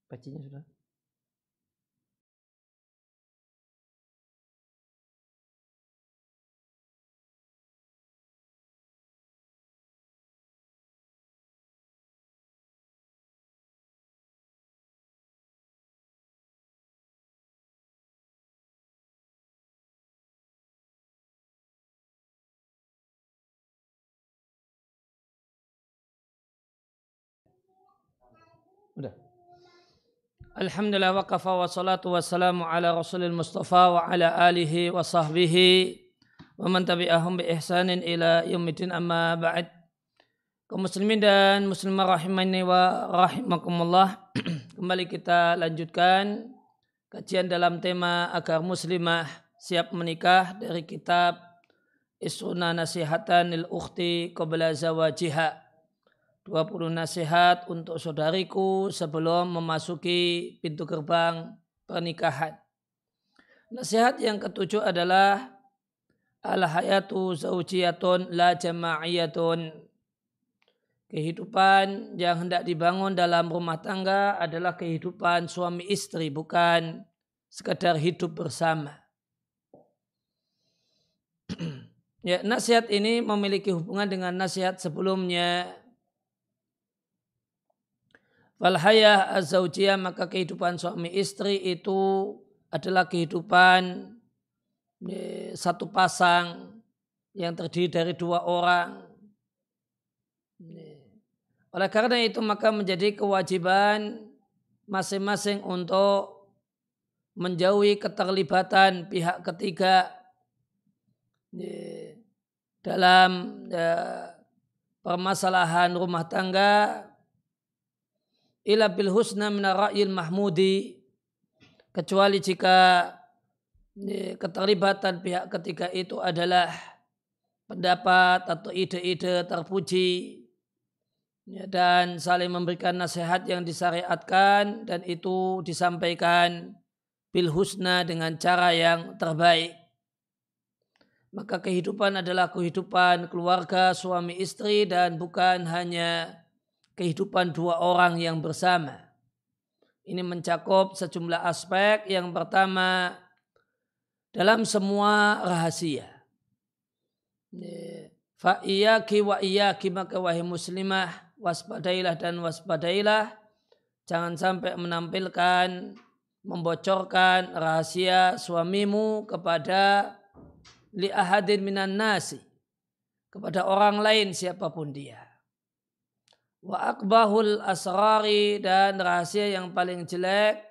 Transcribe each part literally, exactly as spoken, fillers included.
Bacanya sudah. Udah. Alhamdulillah wa kafa wa salatu wa salamu ala rasulil mustafa wa ala alihi wa sahbihi wa man tabi'ahum bi ihsanin ila yaumidin amma ba'd. Kaum muslimin dan muslimah rahimani wa rahimakumullah. Kembali kita lanjutkan kajian dalam tema agar muslimah siap menikah dari kitab Isruna Nasihatan lil Ukhti Qabla Zawajiha. dua puluh nasihat untuk saudariku sebelum memasuki pintu gerbang pernikahan. Nasihat yang ketujuh adalah al-hayatu zaujiyatun la jama'iyatun. Kehidupan yang hendak dibangun dalam rumah tangga adalah kehidupan suami istri, bukan sekadar hidup bersama. Ya, nasihat ini memiliki hubungan dengan nasihat sebelumnya. Walhayah az-zawjiyah, maka kehidupan suami istri itu adalah kehidupan satu pasang yang terdiri dari dua orang. Oleh karena itu maka menjadi kewajiban masing-masing untuk menjauhi keterlibatan pihak ketiga dalam permasalahan rumah tangga. Ila bil husna min ra'yil mahmudi, kecuali jika keterlibatan pihak ketiga itu adalah pendapat atau ide-ide terpuji dan saling memberikan nasihat yang disyariatkan dan itu disampaikan bil husna dengan cara yang terbaik. Maka kehidupan adalah kehidupan keluarga suami istri dan bukan hanya kehidupan dua orang yang bersama. Ini mencakup sejumlah aspek. Yang pertama, dalam semua rahasia. Fa iyaki wa iyaki, maka wahai muslimah, waspadailah dan waspadailah. Jangan sampai menampilkan, membocorkan rahasia suamimu kepada li ahadin minan nasi, kepada orang lain siapapun dia. Wa akbahul asrari, dan rahasia yang paling jelek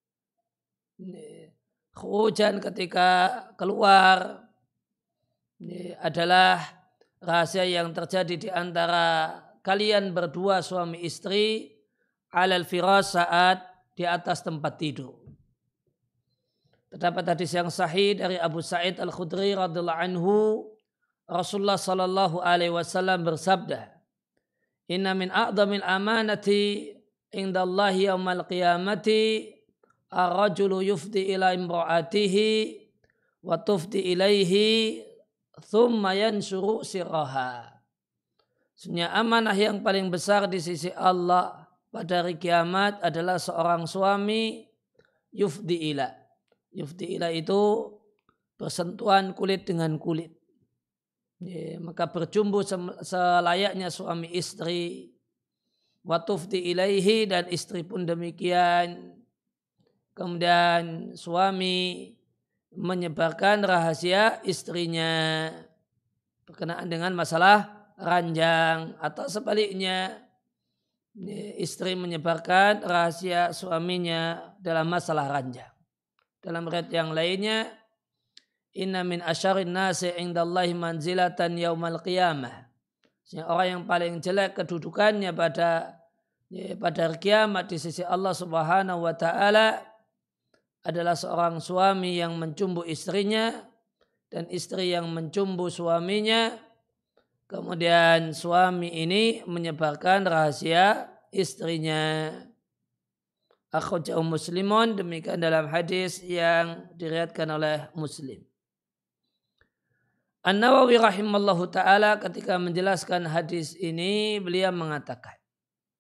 khurujan ketika keluar adalah rahasia yang terjadi di antara kalian berdua suami istri alal firas, saat di atas tempat tidur. Terdapat hadis yang sahih dari Abu Sa'id Al-Khudri radhiyallahu anhu, Rasulullah sallallahu alaihi wasallam bersabda, inna min a'dhamil amanati indallahi yaumal qiyamati ar-rajulu yufdi ila imra'atihi wa tufdi ilaihi thumma yansuru sirraha. Sesungguhnya amanah yang paling besar di sisi Allah pada hari kiamat adalah seorang suami yufdi ila. Yufdi ila itu bersentuhan kulit dengan kulit. Ya, maka berjumbu selayaknya suami istri, watufti ilaihi, dan istri pun demikian. Kemudian suami menyebarkan rahasia istrinya berkenaan dengan masalah ranjang, atau sebaliknya istri menyebarkan rahasia suaminya dalam masalah ranjang. Dalam riwayat yang lainnya, inna min asyarin nasi indallahi manzilatan yaumal qiyamah. Orang yang paling jelek kedudukannya pada ya, pada hari kiamat di sisi Allah Subhanahu wa taala adalah seorang suami yang mencumbu istrinya dan istri yang mencumbu suaminya. Kemudian suami ini menyebarkan rahasia istrinya. Akhrajahu Muslimun, demikian dalam hadis yang diriwayatkan oleh Muslim. An-Nawawi rahimallahu ta'ala ketika menjelaskan hadis ini, beliau mengatakan,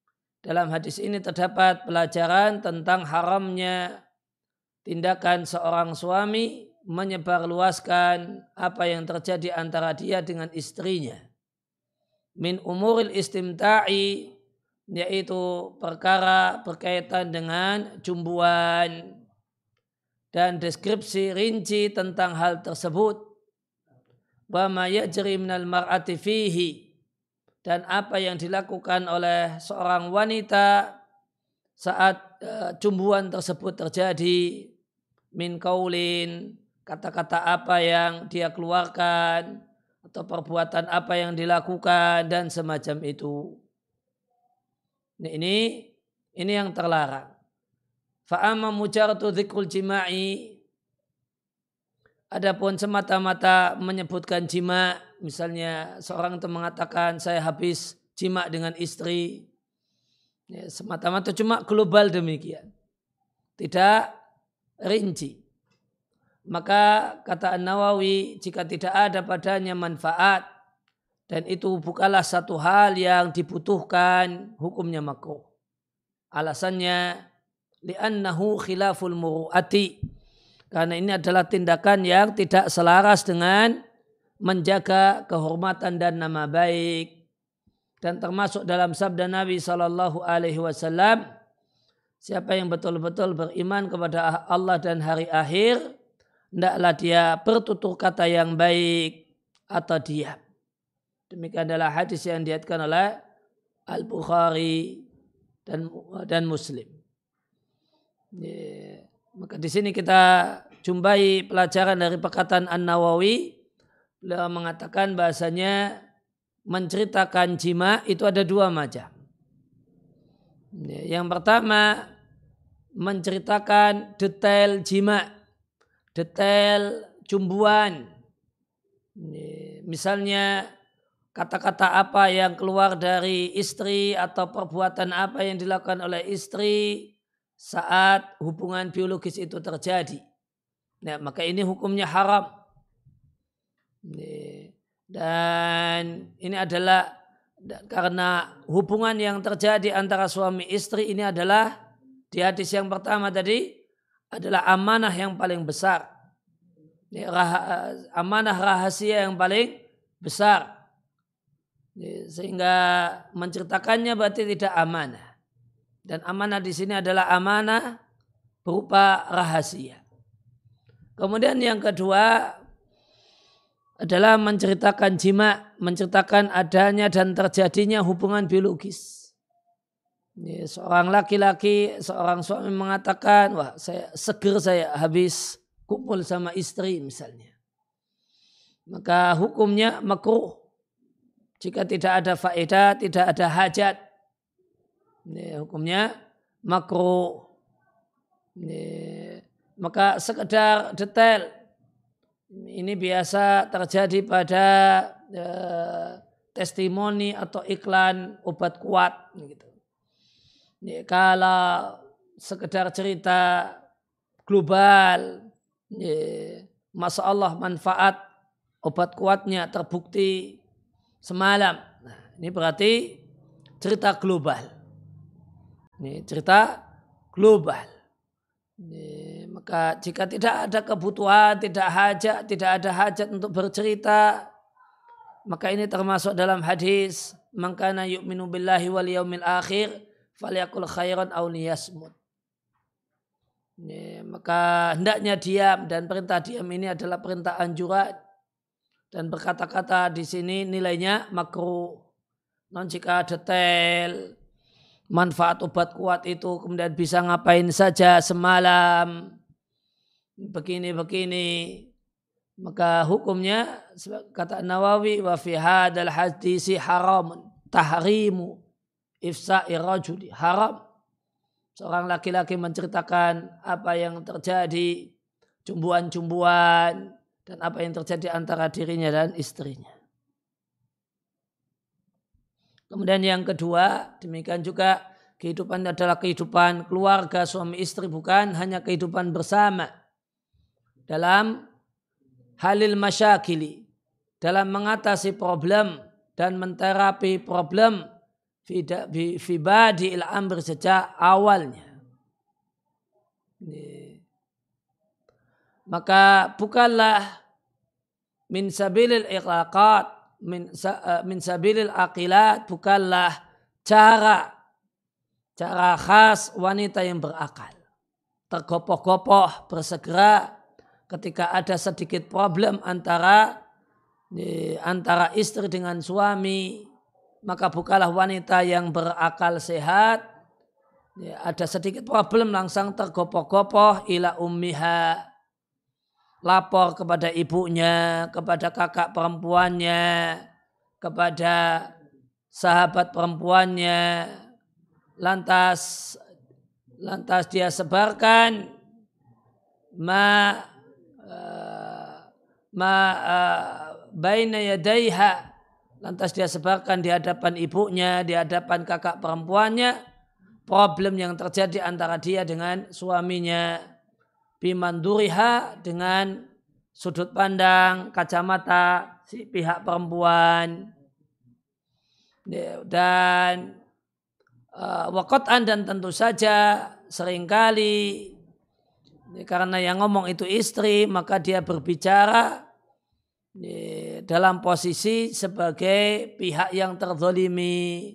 dalam hadis ini terdapat pelajaran tentang haramnya tindakan seorang suami menyebarluaskan apa yang terjadi antara dia dengan istrinya. Min umuril istimta'i, yaitu perkara berkaitan dengan cumbuan dan deskripsi rinci tentang hal tersebut. Wa ma yajri minal mar'ati fihi, dan apa yang dilakukan oleh seorang wanita saat uh, cumbuan tersebut terjadi. Min kaulin, kata-kata apa yang dia keluarkan atau perbuatan apa yang dilakukan dan semacam itu. Ini ini yang terlarang. Fa'amma mujaratu dzikrul jima'i, adapun semata-mata menyebutkan jima, misalnya seorang itu mengatakan saya habis jima dengan istri, ya, semata-mata cuma global demikian, tidak rinci. Maka kata An-Nawawi, jika tidak ada padanya manfaat dan itu bukanlah satu hal yang dibutuhkan, hukumnya makruh. Alasannya li'annahu khilaful muru'ati, karena ini adalah tindakan yang tidak selaras dengan menjaga kehormatan dan nama baik. Dan termasuk dalam sabda Nabi shallallahu alaihi wasallam, siapa yang betul-betul beriman kepada Allah dan hari akhir, hendaklah dia bertutur kata yang baik atau diam. Demikian adalah hadis yang diriwayatkan oleh Al-Bukhari dan dan Muslim. Ya, maka di sini kita jumpai pelajaran dari perkataan An-Nawawi. Beliau mengatakan bahasanya menceritakan jima itu ada dua macam. Ya, yang pertama menceritakan detail jima, detail cumbuan. Ya, misalnya kata-kata apa yang keluar dari istri atau perbuatan apa yang dilakukan oleh istri saat hubungan biologis itu terjadi. Nah, maka ini hukumnya haram. Dan ini adalah karena hubungan yang terjadi antara suami istri ini adalah di hadis yang pertama tadi adalah amanah yang paling besar. Amanah rahasia yang paling besar. Sehingga menceritakannya berarti tidak amanah. Dan amanah di sini adalah amanah berupa rahasia. Kemudian yang kedua adalah menceritakan jima, menceritakan adanya dan terjadinya hubungan biologis. Seorang laki-laki, seorang suami mengatakan, wah saya seger saya habis kumpul sama istri misalnya. Maka hukumnya makruh. Jika tidak ada faedah, tidak ada hajat, ini hukumnya makruh. Ini, maka sekedar detail, ini biasa terjadi pada eh, testimoni atau iklan obat kuat. Gitu. Ini, kalau sekedar cerita global, ini, Masya Allah manfaat obat kuatnya terbukti semalam. Nah, ini berarti cerita global. Ini cerita global. Ini, maka jika tidak ada kebutuhan, tidak hajat, tidak ada hajat untuk bercerita, maka ini termasuk dalam hadis, man kana yu'minu billahi wal yaumil akhir falyakul khairan aw liyasmut. Ini, maka hendaknya diam, dan perintah diam ini adalah perintah anjuran. Dan berkata-kata di sini nilainya makruh. Non jika detail manfaat obat kuat itu kemudian bisa ngapain saja semalam begini-begini, maka hukumnya kata Nawawi wa fi hadzal hadisi haram tahrimu ifsa'i rajuli, haram seorang laki-laki menceritakan apa yang terjadi, cumbuan-cumbuan dan apa yang terjadi antara dirinya dan istrinya. Kemudian yang kedua, demikian juga kehidupan adalah kehidupan keluarga suami istri, bukan hanya kehidupan bersama. Dalam halil masyakili, dalam mengatasi problem dan menterapi problem fi badi'il amr sejak awalnya. Maka bukanlah min sabilil iqlaqat, min, min sabilil aqilat, bukanlah cara cara khas wanita yang berakal. Tergopoh-gopoh, bersegera ketika ada sedikit problem antara antara istri dengan suami, maka bukanlah wanita yang berakal sehat. Ya, ada sedikit problem langsung tergopoh-gopoh ila ummiha, lapor kepada ibunya, kepada kakak perempuannya, kepada sahabat perempuannya, lantas lantas dia sebarkan ma uh, ma uh, baina yadaiha, lantas dia sebarkan di hadapan ibunya, di hadapan kakak perempuannya, problem yang terjadi antara dia dengan suaminya, bimanduriha, dengan sudut pandang kacamata si pihak perempuan, dan uh, waqat'an, dan tentu saja seringkali karena yang ngomong itu istri, maka dia berbicara dalam posisi sebagai pihak yang terzalimi.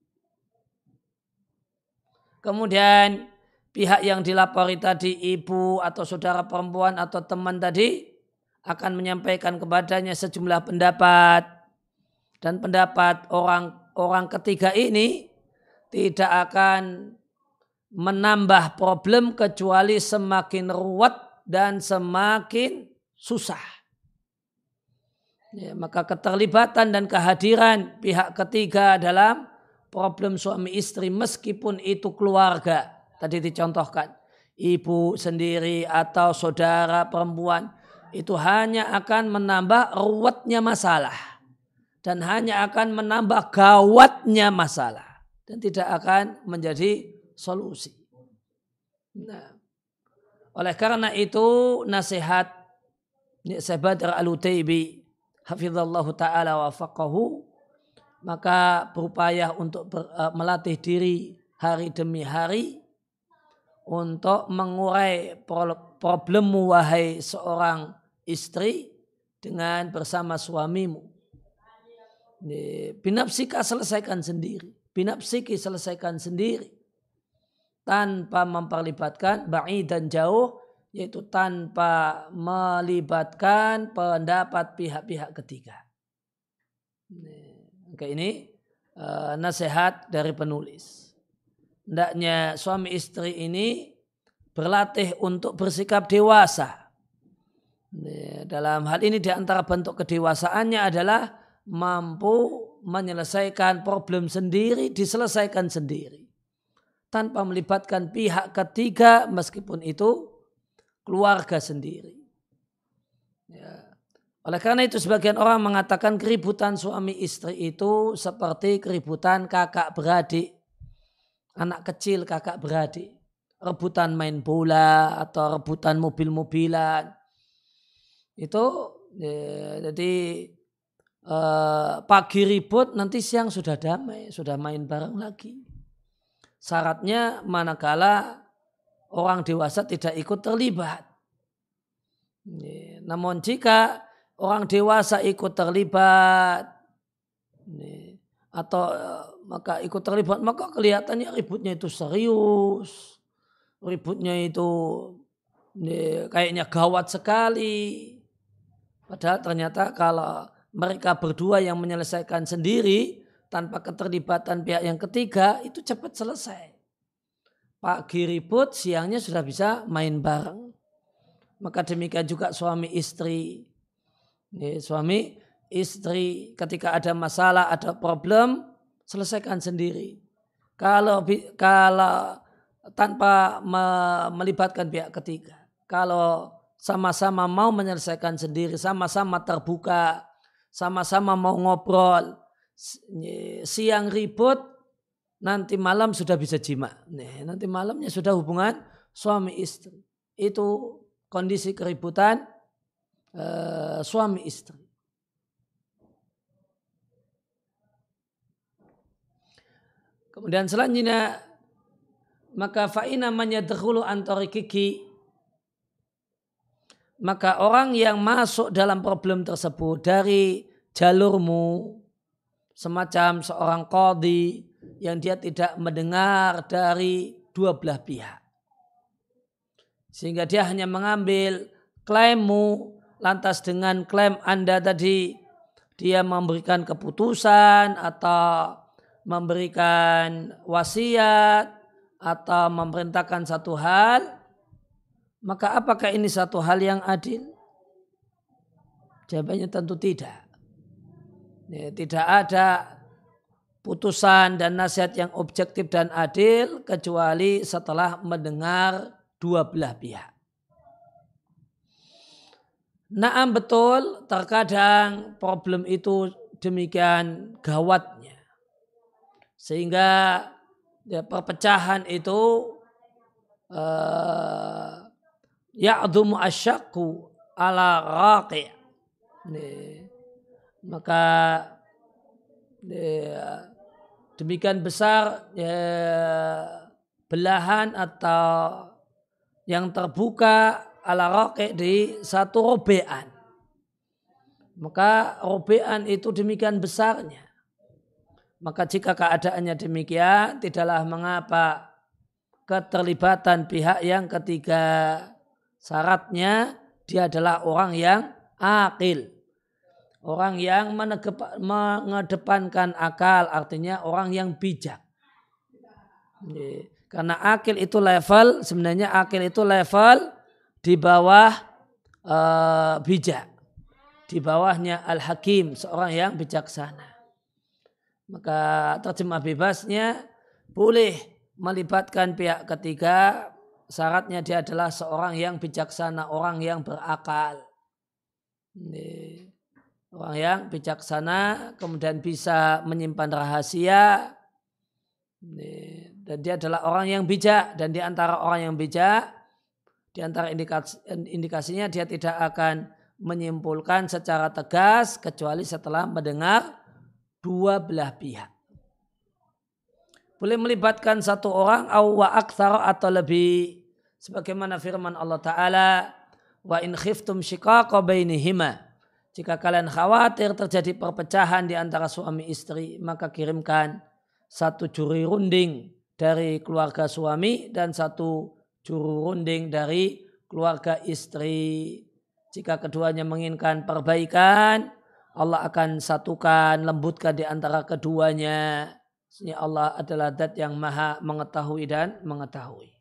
Kemudian pihak yang dilapori tadi, ibu atau saudara perempuan atau teman tadi, akan menyampaikan kepadanya sejumlah pendapat, dan pendapat orang orang ketiga ini tidak akan menambah problem kecuali semakin ruwet dan semakin susah. Ya, maka keterlibatan dan kehadiran pihak ketiga dalam problem suami istri, meskipun itu keluarga, tadi dicontohkan ibu sendiri atau saudara perempuan, itu hanya akan menambah ruwetnya masalah dan hanya akan menambah gawatnya masalah dan tidak akan menjadi solusi. Nah, oleh karena itu nasihat Syekh Badr Al-Utaibi hafizallahu ta'ala wa faqahu, maka berupaya untuk ber, uh, melatih diri hari demi hari untuk mengurai problemmu wahai seorang istri dengan bersama suamimu. Binafsika, selesaikan sendiri. Binafsiki, selesaikan sendiri. Tanpa memperlibatkan ba'id dan jauh, yaitu tanpa melibatkan pendapat pihak-pihak ketiga. Oke, ini uh, nasihat dari penulis. Hendaknya suami istri ini berlatih untuk bersikap dewasa. Dalam hal ini di antara bentuk kedewasaannya adalah mampu menyelesaikan problem sendiri, diselesaikan sendiri, tanpa melibatkan pihak ketiga meskipun itu keluarga sendiri. Ya. Oleh karena itu sebagian orang mengatakan keributan suami istri itu seperti keributan kakak beradik, anak kecil kakak beradik, rebutan main bola atau rebutan mobil-mobilan. Itu ya, jadi eh, pagi ribut, nanti siang sudah damai, sudah main bareng lagi. Syaratnya manakala orang dewasa tidak ikut terlibat. Namun jika orang dewasa ikut terlibat atau maka ikut terlibat, maka kelihatannya ributnya itu serius, ributnya itu kayaknya gawat sekali. Padahal ternyata kalau mereka berdua yang menyelesaikan sendiri tanpa keterlibatan pihak yang ketiga, itu cepat selesai. Pagi ribut, siangnya sudah bisa main bareng. Maka demikian juga suami istri. Ya, suami istri ketika ada masalah, ada problem, selesaikan sendiri. Kalau kalau tanpa melibatkan pihak ketiga. Kalau sama-sama mau menyelesaikan sendiri, sama-sama terbuka, sama-sama mau ngobrol, siang ribut, nanti malam sudah bisa jima. Nih, nanti malamnya sudah hubungan suami istri. Itu kondisi keributan uh, suami istri. Kemudian selanjutnya, maka fa'ina man yadkhulu an tariqiki, maka orang yang masuk dalam problem tersebut dari jalurmu, semacam seorang qadhi yang dia tidak mendengar dari dua belah pihak, sehingga dia hanya mengambil klaimmu, lantas dengan klaim Anda tadi dia memberikan keputusan atau memberikan wasiat atau memerintahkan satu hal, maka apakah ini satu hal yang adil? Jawabannya tentu tidak. Ya, tidak ada putusan dan nasihat yang objektif dan adil kecuali setelah mendengar dua belah pihak. Naam, betul, terkadang problem itu demikian gawatnya sehingga ya, perpecahan itu uh, ya'dhumu asyakku ala raqi'. Maka ya, demikian besar ya, belahan atau yang terbuka ala raqi' di satu robean. Maka robean itu demikian besarnya. Maka jika keadaannya demikian, tidaklah mengapa keterlibatan pihak yang ketiga. Syaratnya dia adalah orang yang akil. Orang yang mengedepankan akal, artinya orang yang bijak. Karena akil itu level, sebenarnya akil itu level di bawah uh, bijak. Di bawahnya al-hakim, seorang yang bijaksana. Maka terjemah bebasnya boleh melibatkan pihak ketiga, syaratnya dia adalah seorang yang bijaksana, orang yang berakal. Orang yang bijaksana, kemudian bisa menyimpan rahasia, dan dia adalah orang yang bijak. Dan di antara orang yang bijak, di antara indikasi, indikasinya dia tidak akan menyimpulkan secara tegas kecuali setelah mendengar dua belah pihak. Boleh melibatkan satu orang aw wa aktsar atau lebih, sebagaimana firman Allah Ta'ala, wa in khiftum shiqaqa bainihima, jika kalian khawatir terjadi perpecahan di antara suami istri, maka kirimkan satu juri runding dari keluarga suami dan satu juru runding dari keluarga istri. Jika keduanya menginginkan perbaikan, Allah akan satukan, lembutkan di antara keduanya. Sesungguhnya Allah adalah zat yang maha mengetahui dan mengetahui.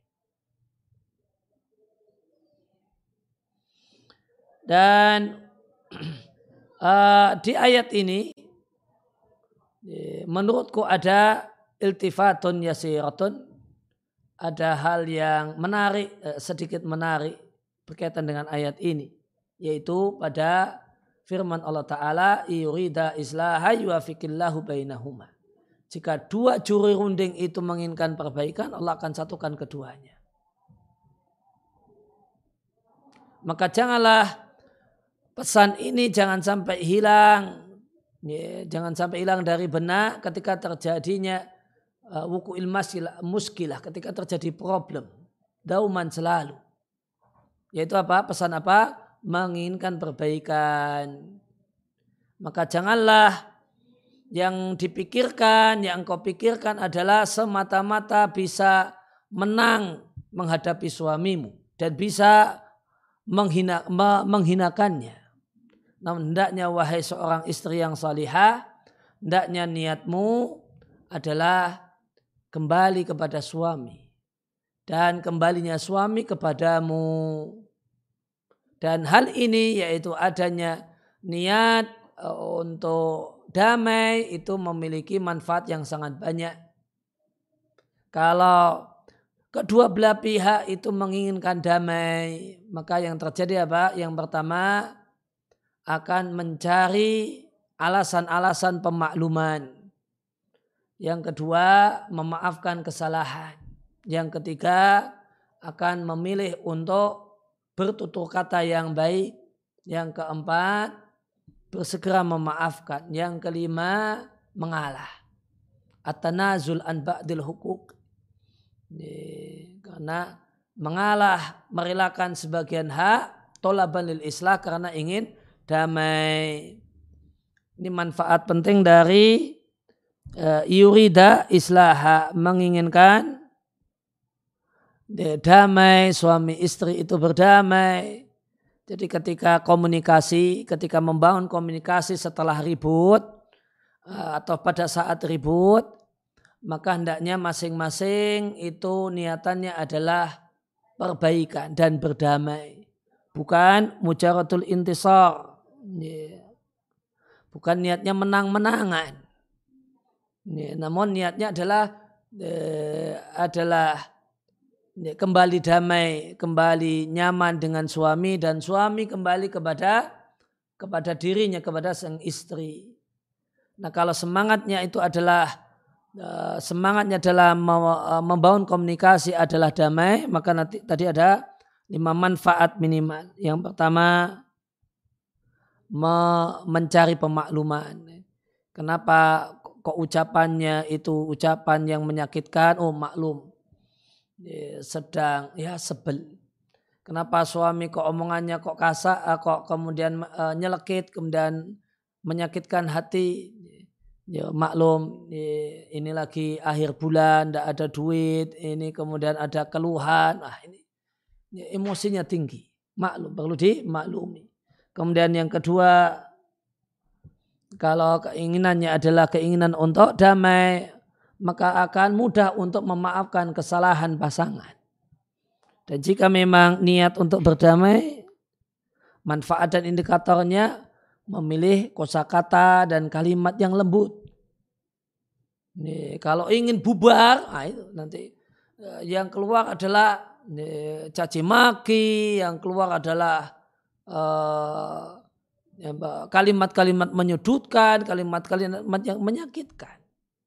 Dan uh, di ayat ini, menurutku ada iltifatun yasiratun, ada hal yang menarik, sedikit menarik berkaitan dengan ayat ini, yaitu pada firman Allah Ta'ala, yurida islaha yuwafiqillahu bainahuma. Jika dua juri runding itu menginginkan perbaikan, Allah akan satukan keduanya. Maka janganlah pesan ini jangan sampai hilang, ya, jangan sampai hilang dari benak ketika terjadinya uh, wuku'il muskilah, ketika terjadi problem, dauman selalu. Yaitu apa? Pesan apa? Menginginkan perbaikan. Maka janganlah yang dipikirkan, yang engkau pikirkan adalah semata-mata bisa menang menghadapi suamimu dan bisa menghina, menghinakannya. Namun hendaknya wahai seorang istri yang salihah, hendaknya niatmu adalah kembali kepada suami dan kembalinya suami kepadamu. Dan hal ini yaitu adanya niat untuk damai itu memiliki manfaat yang sangat banyak. Kalau kedua belah pihak itu menginginkan damai, maka yang terjadi apa? Yang pertama akan mencari alasan-alasan pemakluman. Yang kedua memaafkan kesalahan. Yang ketiga akan memilih untuk bertutur kata yang baik. Yang keempat bersegera memaafkan. Yang kelima mengalah. at-tanazul an ba'dil hukuk. Karena mengalah, merelakan sebagian hak, tolaban lil islah karena ingin damai. Ini manfaat penting dari uh, yurida islaha, menginginkan damai, suami istri itu berdamai. Jadi ketika komunikasi, ketika membangun komunikasi setelah ribut uh, atau pada saat ribut, maka hendaknya masing-masing itu niatannya adalah perbaikan dan berdamai. Bukan mujarratul intisar. Yeah. Bukan niatnya menang-menangan. Yeah. Namun niatnya adalah eh, adalah ya, kembali damai, kembali nyaman dengan suami dan suami kembali kepada kepada dirinya, kepada sang istri. Nah, kalau semangatnya itu adalah uh, semangatnya adalah membangun komunikasi adalah damai, maka nanti tadi ada lima manfaat minimal. Yang pertama, me- mencari pemakluman. Kenapa kok ucapannya itu ucapan yang menyakitkan? Oh, maklum. Sedang ya sebel. Kenapa suami kok omongannya kok kasar, kok kemudian uh, nyelekit, kemudian menyakitkan hati. Ya maklum, ini lagi akhir bulan, tidak ada duit, ini kemudian ada keluhan, ah ini ya, emosinya tinggi. Maklum, perlu dimaklumi. Kemudian yang kedua, kalau keinginannya adalah keinginan untuk damai, maka akan mudah untuk memaafkan kesalahan pasangan. Dan jika memang niat untuk berdamai, manfaat dan indikatornya memilih kosakata dan kalimat yang lembut. Nih, kalau ingin bubar, nah itu nanti yang keluar adalah nih, caci maki, yang keluar adalah uh, kalimat-kalimat menyudutkan, kalimat-kalimat yang menyakitkan.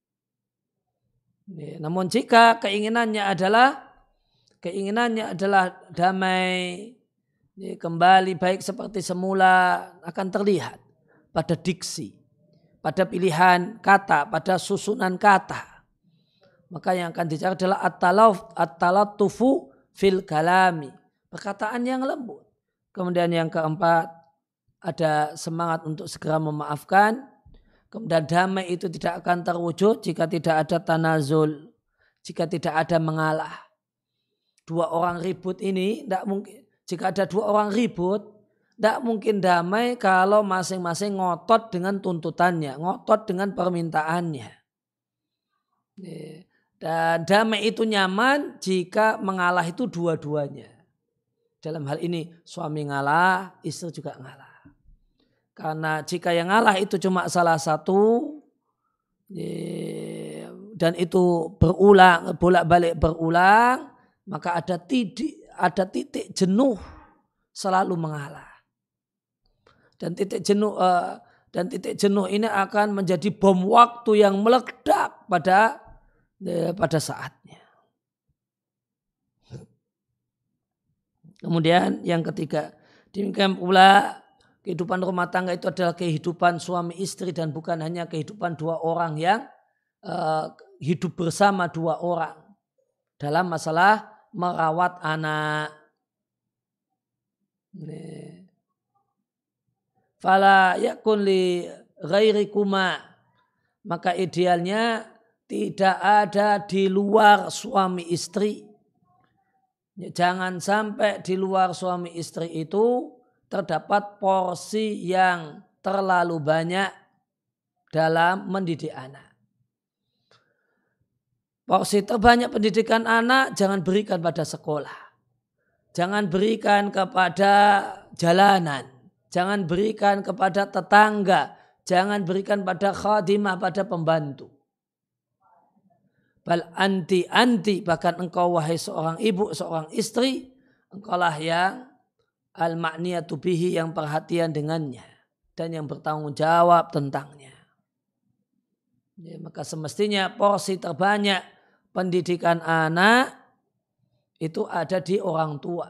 Nih, namun jika keinginannya adalah keinginannya adalah damai, kembali baik seperti semula, akan terlihat pada diksi, pada pilihan kata, pada susunan kata. Maka yang akan dicari adalah at-talattufu fil kalami, perkataan yang lembut. Kemudian yang keempat, ada semangat untuk segera memaafkan. Kemudian damai itu tidak akan terwujud jika tidak ada tanazul, jika tidak ada mengalah. Dua orang ribut ini tidak mungkin. Jika ada dua orang ribut, tidak mungkin damai kalau masing-masing ngotot dengan tuntutannya, ngotot dengan permintaannya. Dan damai itu nyaman jika mengalah itu dua-duanya. Dalam hal ini suami ngalah, istri juga ngalah. Karena jika yang ngalah itu cuma salah satu, dan itu berulang, bolak-balik berulang, maka ada titik, ada titik jenuh selalu mengalah. Dan titik jenuh uh, dan titik jenuh ini akan menjadi bom waktu yang meledak pada uh, pada saatnya. Kemudian yang ketiga, demikian pula kehidupan rumah tangga itu adalah kehidupan suami istri dan bukan hanya kehidupan dua orang yang uh, hidup bersama dua orang dalam masalah merawat anak. Fala yakun li ghairikuma, maka idealnya tidak ada di luar suami istri. Jangan sampai di luar suami istri itu terdapat porsi yang terlalu banyak dalam mendidik anak. Porsi terbanyak pendidikan anak jangan berikan pada sekolah. Jangan berikan kepada jalanan. Jangan berikan kepada tetangga. Jangan berikan pada khadimah, pada pembantu. Bal anti-anti, bahkan engkau wahai seorang ibu, seorang istri, engkaulah yang al-ma'niyatu bihi, yang perhatian dengannya. Dan yang bertanggung jawab tentangnya. Ya, maka semestinya porsi terbanyak pendidikan anak itu ada di orang tua.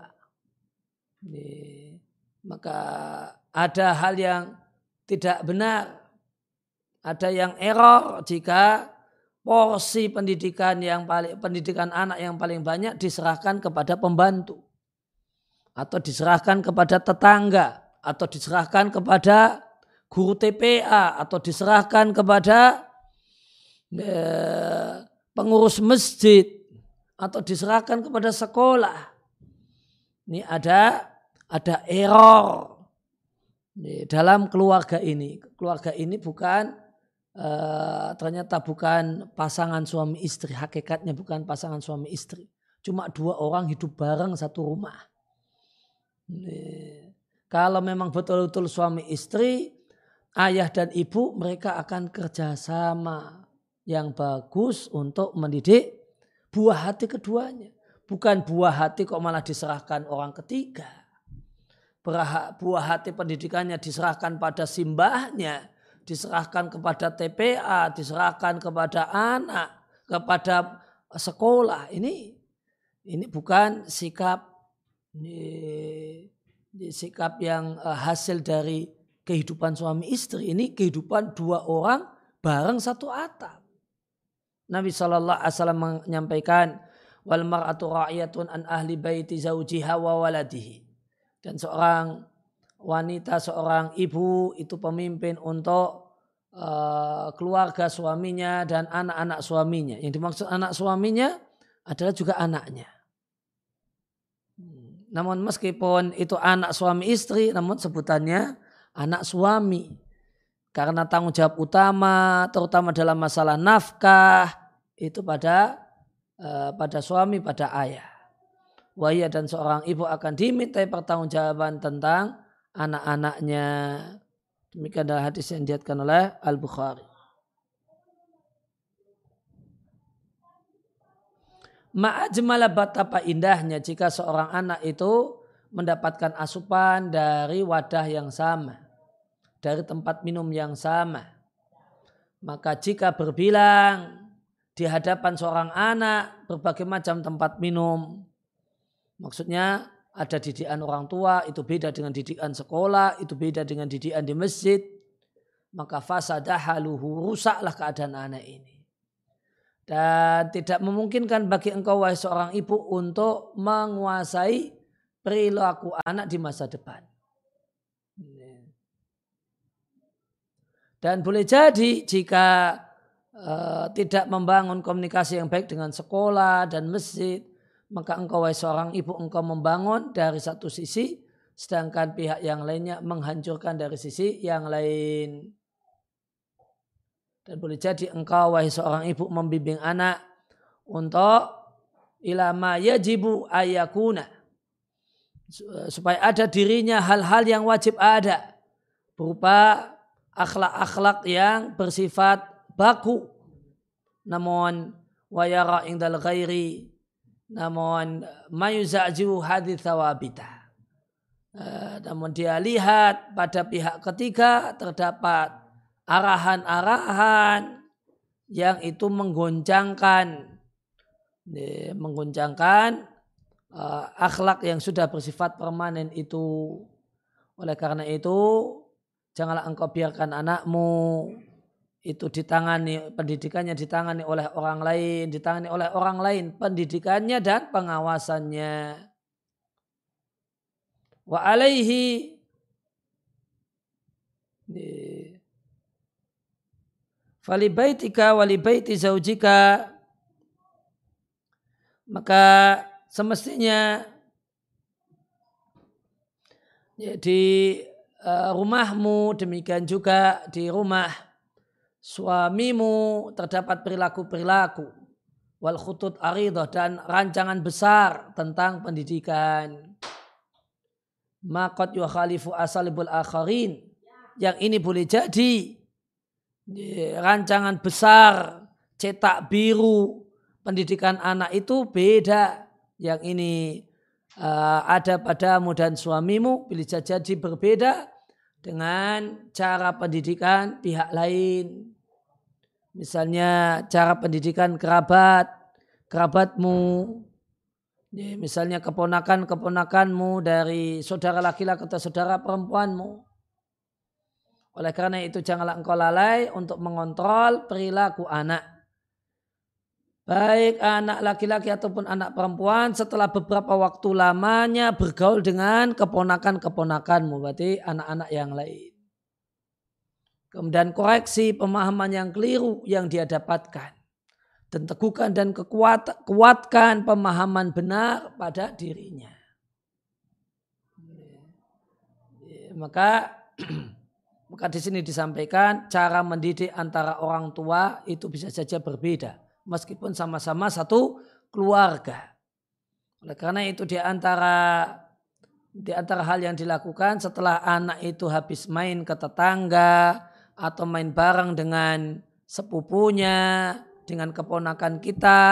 Maka ada hal yang tidak benar, ada yang error jika porsi pendidikan yang paling pendidikan anak yang paling banyak diserahkan kepada pembantu atau diserahkan kepada tetangga atau diserahkan kepada guru T P A atau diserahkan kepada eh, pengurus masjid atau diserahkan kepada sekolah. Ini ada ada error dalam keluarga ini. Keluarga ini bukan Uh, ternyata bukan pasangan suami istri, hakikatnya bukan pasangan suami istri, cuma dua orang hidup bareng satu rumah. Nih. Kalau memang betul-betul suami istri, ayah dan ibu mereka akan kerjasama yang bagus untuk mendidik buah hati keduanya. Bukan buah hati kok malah diserahkan orang ketiga. Buah hati pendidikannya diserahkan pada simbahnya, diserahkan kepada T P A, diserahkan kepada anak, kepada sekolah. Ini ini bukan sikap ini, ini sikap yang uh, hasil dari kehidupan suami istri. Ini kehidupan dua orang bareng satu atap. Nabi shallallahu alaihi wasallam menyampaikan, wal mar'atu ra'iyatun an ahli baiti zaujiha wa waladihi. Dan seorang wanita, seorang ibu itu pemimpin untuk uh, keluarga suaminya dan anak-anak suaminya. Yang dimaksud anak suaminya adalah juga anaknya. Namun meskipun itu anak suami istri, namun sebutannya anak suami. Karena tanggung jawab utama, terutama dalam masalah nafkah, itu pada uh, pada suami, pada ayah. Wahia dan seorang ibu akan dimintai pertanggungjawaban tentang anak-anaknya. Demikian adalah hadis yang diriwayatkan oleh Al-Bukhari. Ma'ajmala betapa indahnya jika seorang anak itu mendapatkan asupan dari wadah yang sama, dari tempat minum yang sama. Maka jika berbilang di hadapan seorang anak berbagai macam tempat minum, maksudnya ada didikan orang tua, itu beda dengan didikan sekolah, itu beda dengan didikan di masjid. Maka fasadahaluhu, rusaklah keadaan anak ini. Dan tidak memungkinkan bagi engkau wahai seorang ibu untuk menguasai perilaku anak di masa depan. Dan boleh jadi jika uh, tidak membangun komunikasi yang baik dengan sekolah dan masjid, maka engkau wahai seorang ibu engkau membangun dari satu sisi, sedangkan pihak yang lainnya menghancurkan dari sisi yang lain. Dan boleh jadi engkau wahai seorang ibu membimbing anak untuk ilama yajibu ayakuna, supaya ada dirinya hal-hal yang wajib ada, berupa akhlak-akhlak yang bersifat baku, namun wayara indal ghairi, namun mayuza'ju hadits thawabita. Namun dia lihat pada pihak ketiga terdapat arahan-arahan yang itu menggoncangkan menggoncangkan uh, akhlak yang sudah bersifat permanen itu. Oleh karena itu janganlah engkau biarkan anakmu itu ditangani, pendidikannya ditangani oleh orang lain, ditangani oleh orang lain pendidikannya dan pengawasannya. Wa alaihi fali baitika wa li baiti zaujika, maka semestinya ya, di uh, rumahmu demikian juga di rumah suamimu terdapat perilaku-perilaku wal khutut aridah dan rancangan besar tentang pendidikan. Maqad yukhalifu asalibul akharin, yang ini boleh jadi rancangan besar cetak biru pendidikan anak itu beda. Yang ini uh, ada padamu dan suamimu boleh jadi berbeda dengan cara pendidikan pihak lain. Misalnya cara pendidikan kerabat, kerabatmu. Ya, misalnya keponakan-keponakanmu dari saudara laki-laki atau saudara perempuanmu. Oleh karena itu janganlah engkau lalai untuk mengontrol perilaku anak. baik anak laki-laki ataupun anak perempuan setelah beberapa waktu lamanya bergaul dengan keponakan-keponakanmu, berarti anak-anak yang lain. Kemudian koreksi pemahaman yang keliru yang dia dapatkan. Dan teguhkan dan kekuat, kuatkan pemahaman benar pada dirinya. Maka maka di sini disampaikan cara mendidik antara orang tua itu bisa saja berbeda. Meskipun sama-sama satu keluarga. Oleh karena itu di antara di antara hal yang dilakukan setelah anak itu habis main ke tetangga atau main bareng dengan sepupunya, dengan keponakan kita,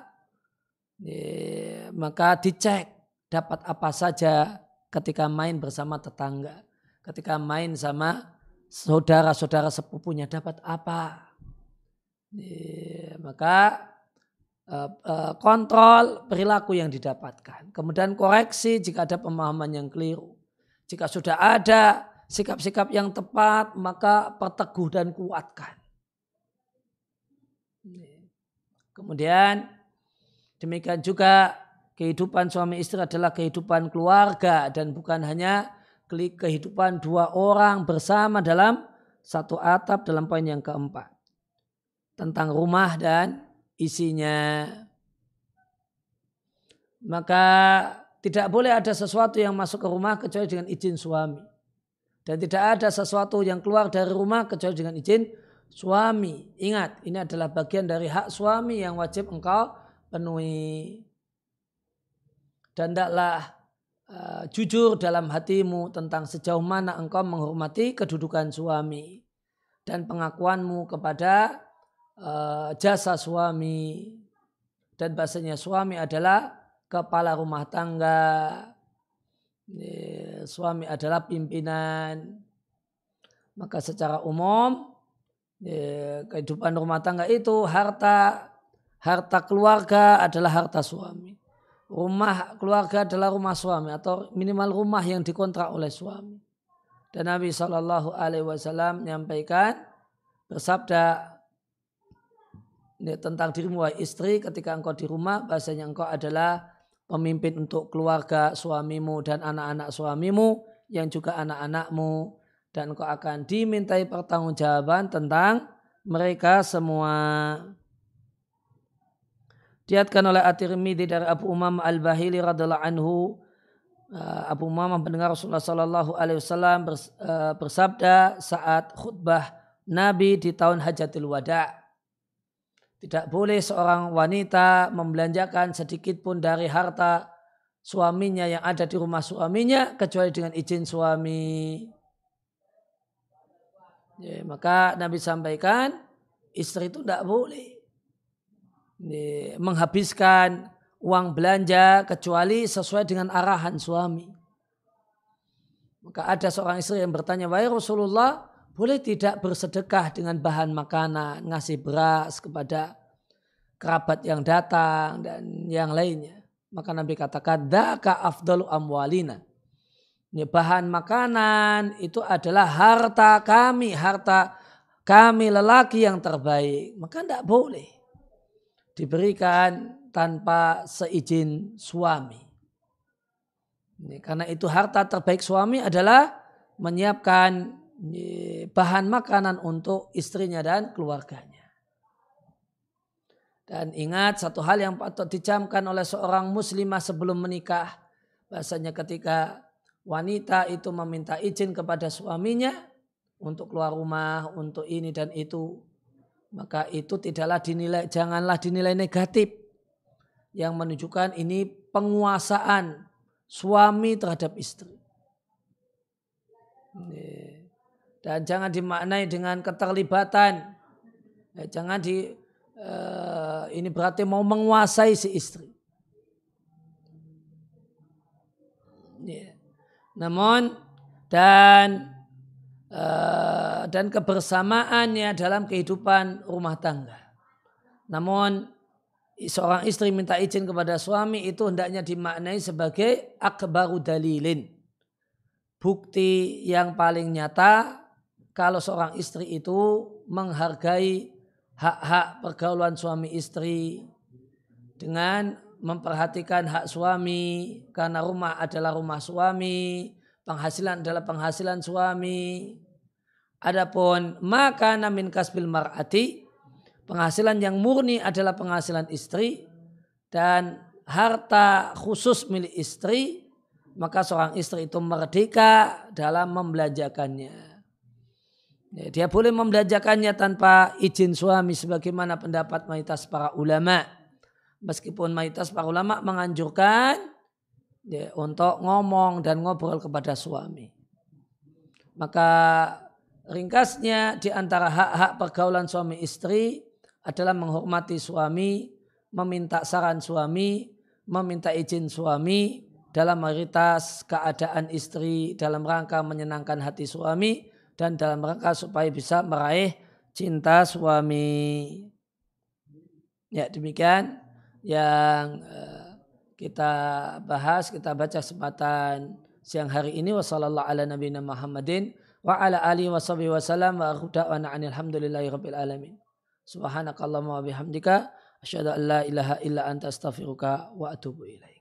ya, maka dicek dapat apa saja ketika main bersama tetangga, ketika main sama saudara-saudara sepupunya dapat apa. Ya, maka uh, uh, kontrol perilaku yang didapatkan. Kemudian koreksi jika ada pemahaman yang keliru. Jika sudah ada sikap-sikap yang tepat, maka perteguh dan kuatkan. Kemudian demikian juga kehidupan suami istri adalah kehidupan keluarga dan bukan hanya kehidupan dua orang bersama dalam satu atap dalam poin yang keempat. Tentang rumah dan isinya. Maka tidak boleh ada sesuatu yang masuk ke rumah kecuali dengan izin suami. Dan tidak ada sesuatu yang keluar dari rumah kecuali dengan izin suami. Ingat, ini adalah bagian dari hak suami yang wajib engkau penuhi. Dan hendaklah uh, jujur dalam hatimu tentang sejauh mana engkau menghormati kedudukan suami. Dan pengakuanmu kepada uh, jasa suami. Dan bahasanya suami adalah kepala rumah tangga. Suami adalah pimpinan. Maka secara umum kehidupan rumah tangga itu harta harta keluarga adalah harta suami. Rumah keluarga adalah rumah suami atau minimal rumah yang dikontrak oleh suami. Dan Nabi shallallahu alaihi wasallam menyampaikan bersabda tentang dirimu wahai istri, ketika engkau di rumah bahasanya engkau adalah pemimpin untuk keluarga suamimu dan anak-anak suamimu yang juga anak-anakmu, dan engkau akan dimintai pertanggungjawaban tentang mereka semua. Diriwayatkan oleh At-Tirmidzi dari Abu Umamah Al-Bahili radhiyallahu anhu, Abu Umamah mendengar Rasulullah sallallahu alaihi wasallam bersabda saat khutbah Nabi di tahun Hajatul Wada'. Tidak boleh seorang wanita membelanjakan sedikit pun dari harta suaminya yang ada di rumah suaminya kecuali dengan izin suami. Ya, maka Nabi sampaikan istri itu tidak boleh ya, menghabiskan uang belanja kecuali sesuai dengan arahan suami. Maka ada seorang istri yang bertanya, wahai Rasulullah, boleh tidak bersedekah dengan bahan makanan, ngasih beras kepada kerabat yang datang dan yang lainnya. Maka Nabi katakan, dzaka afdalu amwalina. Ini bahan makanan itu adalah harta kami, harta kami lelaki yang terbaik. Maka tidak boleh diberikan tanpa seizin suami. Ini, karena itu harta terbaik suami adalah menyiapkan bahan makanan untuk istrinya dan keluarganya. Dan ingat satu hal yang patut dicamkan oleh seorang muslimah sebelum menikah, bahasanya ketika wanita itu meminta izin kepada suaminya untuk keluar rumah, untuk ini dan itu, maka itu tidaklah dinilai, janganlah dinilai negatif yang menunjukkan ini penguasaan suami terhadap istri. Dan jangan dimaknai dengan keterlibatan. Ya, jangan di uh, ini berarti mau menguasai si istri. Ya. Namun dan uh, dan kebersamaannya dalam kehidupan rumah tangga. Namun seorang istri minta izin kepada suami itu hendaknya dimaknai sebagai akbaru dalilin. Bukti yang paling nyata kalau seorang istri itu menghargai hak-hak pergaulan suami istri, dengan memperhatikan hak suami karena rumah adalah rumah suami, penghasilan adalah penghasilan suami. Adapun maka min kasbil mar'ati, penghasilan yang murni adalah penghasilan istri dan harta khusus milik istri, maka seorang istri itu merdeka dalam membelanjakannya. Dia boleh membelanjakannya tanpa izin suami sebagaimana pendapat mayoritas para ulama. Meskipun mayoritas para ulama menganjurkan ya, untuk ngomong dan ngobrol kepada suami. Maka ringkasnya di antara hak-hak pergaulan suami istri adalah menghormati suami, meminta saran suami, meminta izin suami dalam mayoritas keadaan istri dalam rangka menyenangkan hati suami dan dalam rangka supaya bisa meraih cinta suami. Ya, demikian yang kita bahas, kita baca kesempatan siang hari ini. Wassallallahu ala nabiyina Muhammadin wa ala alihi washabihi wasallam wa akhudawana alhamdulillahi rabbil alamin. Subhanakallahumma wa bihamdika asyhadu an la ilaha illa anta astaghfiruka wa atubu ilaik.